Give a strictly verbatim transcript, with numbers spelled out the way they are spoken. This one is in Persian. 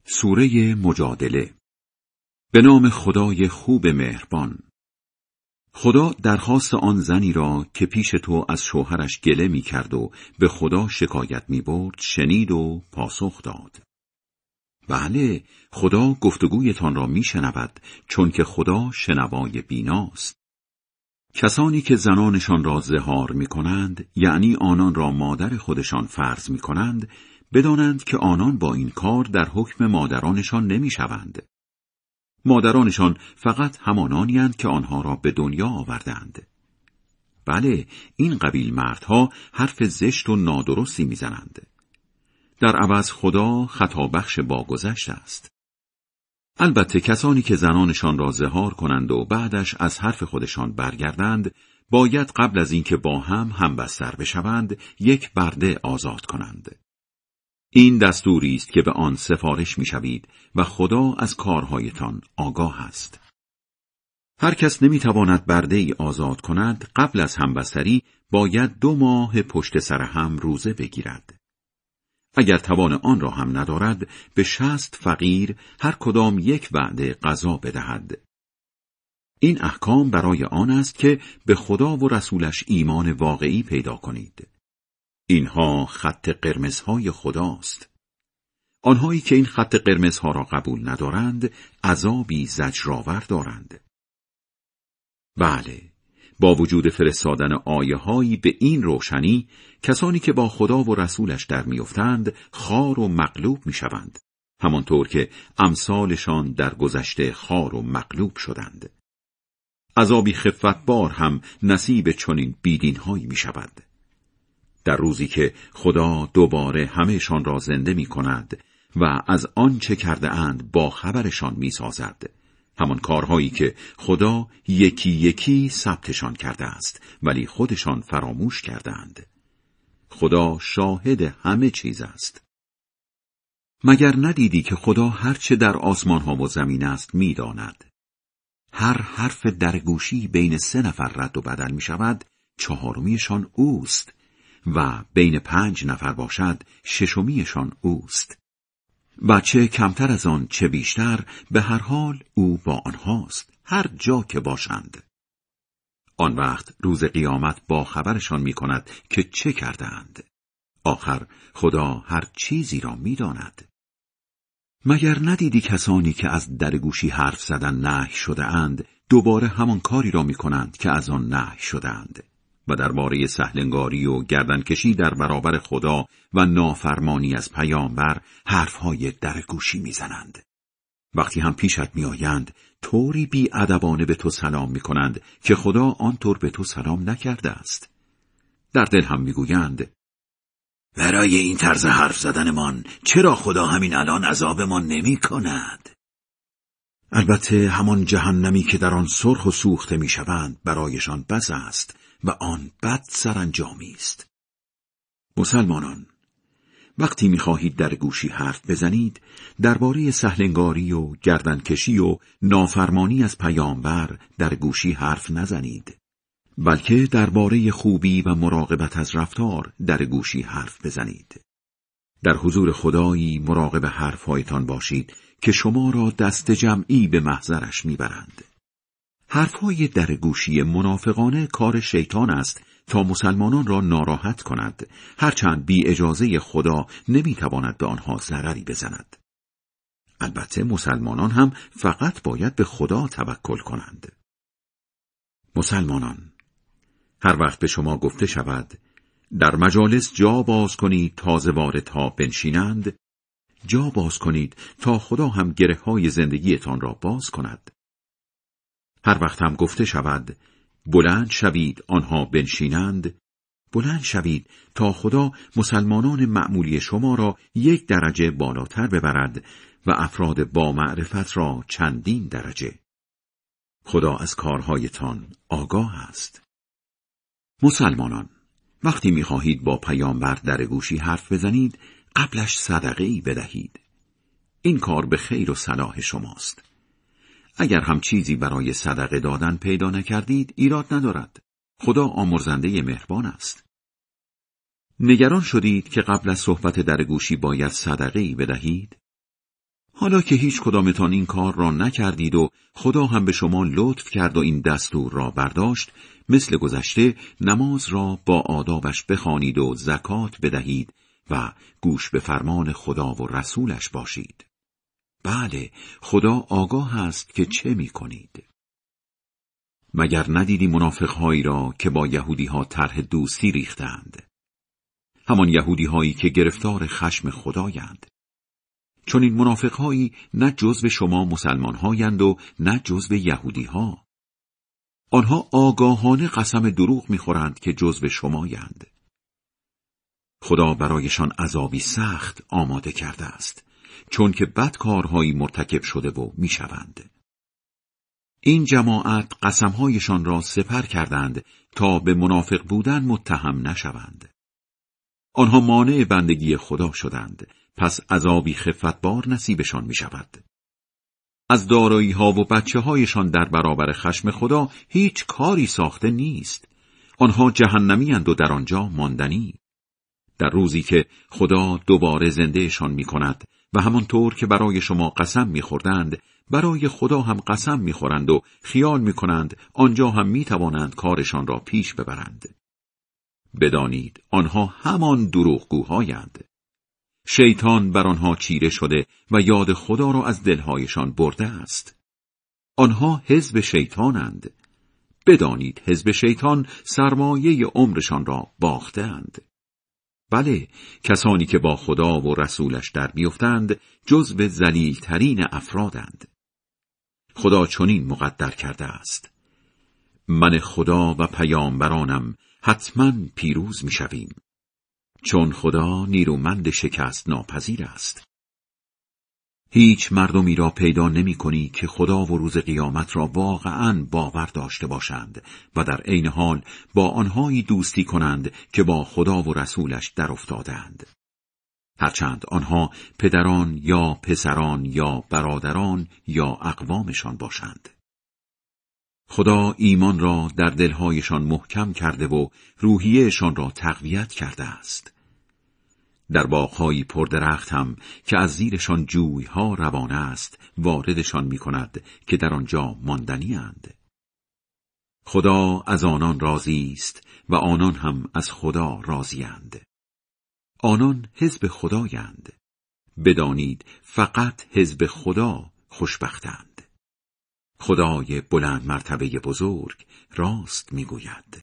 سوره مجادله. به نام خدای خوب مهربان. خدا درخواست آن زنی را که پیش تو از شوهرش گله می کرد و به خدا شکایت می برد شنید و پاسخ داد. بله، خدا گفتگویتان را می شنود، چون که خدا شنوای بیناست. کسانی که زنانشان را زهار می کنند، یعنی آنان را مادر خودشان فرض می کنند، بدانند که آنان با این کار در حکم مادرانشان نمی شوند. مادرانشان فقط همانانی اند که آنها را به دنیا آوردند. بله، این قبیل مردها حرف زشت و نادرستی میزنند. در عوض خدا خطابخش باگذشت است. البته کسانی که زنانشان را زهار کنند و بعدش از حرف خودشان برگردند، باید قبل از اینکه با هم همبستر بشوند یک برده آزاد کنند. این دستوری است که به آن سفارش می‌شوید و خدا از کارهایتان آگاه است. هر کس نمی‌تواند برده‌ای آزاد کند، قبل از همبستری باید دو ماه پشت سر هم روزه بگیرد. اگر توان آن را هم ندارد، به شصت فقیر هر کدام یک وعده غذا بدهد. این احکام برای آن است که به خدا و رسولش ایمان واقعی پیدا کنید. اینها خط قرمزهای خداست. آنهایی که این خط قرمزها را قبول ندارند، عذابی زجرآور دارند. بله، با وجود فرستادن آیه‌هایی به این روشنی، کسانی که با خدا و رسولش در می‌افتند، خار و مغلوب می‌شوند، همانطور که امثالشان در گذشته خار و مغلوب شدند. عذابی خفتبار هم نصیب چنین بیدین‌هایی می‌شود. در روزی که خدا دوباره همهشان را زنده می کند و از آنچه کرده اند با خبرشان می سازد، همان کارهایی که خدا یکی یکی ثبتشان کرده است ولی خودشان فراموش کردند. خدا شاهد همه چیز است. مگر ندیدی که خدا هرچه در آسمان ها و زمین است می داند؟ هر حرف درگوشی بین سه نفر رد و بدل می شود، چهارمیشان اوست، و بین پنج نفر باشد ششمیشان اوست. و چه کمتر از آن چه بیشتر، به هر حال او با آنهاست، هر جا که باشند. آن وقت روز قیامت با خبرشان می کند که چه کردند. آخر خدا هر چیزی را می داند. مگر ندیدی کسانی که از درگوشی حرف زدن نهی شده اند، دوباره همان کاری را می کنند که از آن نهی شده اند. و درباره سهلنگاری و گردنکشی در برابر خدا و نافرمانی از پیامبر حرفهای درگوشی میزنند. وقتی هم پیشت میآیند، طوری بی‌ادبانه به تو سلام میکنند که خدا آنطور به تو سلام نکرده است. در دل هم میگویند: برای این طرز حرف زدنمان چرا خدا همین الان عذابمان نمی کند؟ البته همان جهنمی که در آن سرخ و سوخته میشوند برایشان بس است و آن بد سرانجامی است. مسلمانان، وقتی می‌خواهید در گوشی حرف بزنید، درباره سهلنگاری و گردنکشی و نافرمانی از پیامبر در گوشی حرف نزنید، بلکه درباره خوبی و مراقبت از رفتار در گوشی حرف بزنید. در حضور خدایی مراقب حرف‌هایتان باشید که شما را دست جمعی به محضرش میبرند. حرفهای در گوشی منافقانه کار شیطان است تا مسلمانان را ناراحت کند، هرچند بی اجازه خدا نمیتواند به آنها ضرری بزند. البته مسلمانان هم فقط باید به خدا توکل کنند. مسلمانان، هر وقت به شما گفته شود در مجالس جا باز کنید تازه واردها بنشینند، جا باز کنید تا خدا هم گره‌های زندگیتان را باز کند. هر وقت هم گفته شود بلند شوید آنها بنشینند، بلند شوید تا خدا مسلمانان معمولی شما را یک درجه بالاتر ببرد و افراد با معرفت را چندین درجه. خدا از کارهایتان آگاه است. مسلمانان، وقتی می‌خواهید با پیامبر در گوشی حرف بزنید، قبلش صدقه‌ای بدهید. این کار به خیر و صلاح شماست. اگر هم چیزی برای صدقه دادن پیدا نکردید، ایراد ندارد. خدا آمرزنده مهربان است. نگران شدید که قبل از صحبت در گوشی باید صدقه‌ای بدهید؟ حالا که هیچ کدامتان این کار را نکردید و خدا هم به شما لطف کرد و این دستور را برداشت، مثل گذشته نماز را با آدابش بخوانید و زکات بدهید و گوش به فرمان خدا و رسولش باشید. بله، خدا آگاه است که چه می کنید. مگر ندیدی منافق‌هایی را که با یهودی‌ها طرح دوستی ریختند؟ همان یهودی‌هایی که گرفتار خشم خدایند. چون این منافق‌هایی نه جزو شما مسلمان‌هایند و نه جزو یهودی‌ها. آنها آگاهانه قسم دروغ می‌خورند که جزو شمایند. خدا برایشان عذابی سخت آماده کرده است، چون که بدکارهایی مرتکب شده و می‌شوند. این جماعت قسمهایشان را سپر کردند تا به منافق بودن متهم نشوند. آنها مانع بندگی خدا شدند، پس عذابی خفتبار نصیبشان می شود. از دارایی ها و بچه هایشان در برابر خشم خدا هیچ کاری ساخته نیست. آنها جهنمی اند و در آنجا ماندنی. در روزی که خدا دوباره زندهشان می کند و همانطور که برای شما قسم می خوردند، برای خدا هم قسم می خورند و خیال می کنند آنجا هم می توانند کارشان را پیش ببرند. بدانید آنها همان دروغگوهایند. شیطان بر آنها چیره شده و یاد خدا را از دلهایشان برده است. آنها حزب شیطانند. بدانید حزب شیطان سرمایه عمرشان را باختند. بله، کسانی که با خدا و رسولش در بیفتند جزو ذلیل‌ترین افرادند. خدا چنین مقدر کرده است: من خدا و پیامبرانم حتما پیروز می شویم، چون خدا نیرومند شکست ناپذیر است. هیچ مردمی را پیدا نمی کنی که خدا و روز قیامت را واقعاً باور داشته باشند و در عین حال با آنهایی دوستی کنند که با خدا و رسولش در افتادند. هرچند آنها پدران یا پسران یا برادران یا اقوامشان باشند. خدا ایمان را در دلهایشان محکم کرده و روحیهشان را تقویت کرده است. در باغ‌های پردرخت هم که از زیرشان جوی‌ها روان است واردشان می‌کند که در آنجا ماندنی اند. خدا از آنان راضی است و آنان هم از خدا راضی‌اند. آنان حزب خدایند. بدانید فقط حزب خدا خوشبختند. خدای بلند مرتبه بزرگ راست می‌گوید.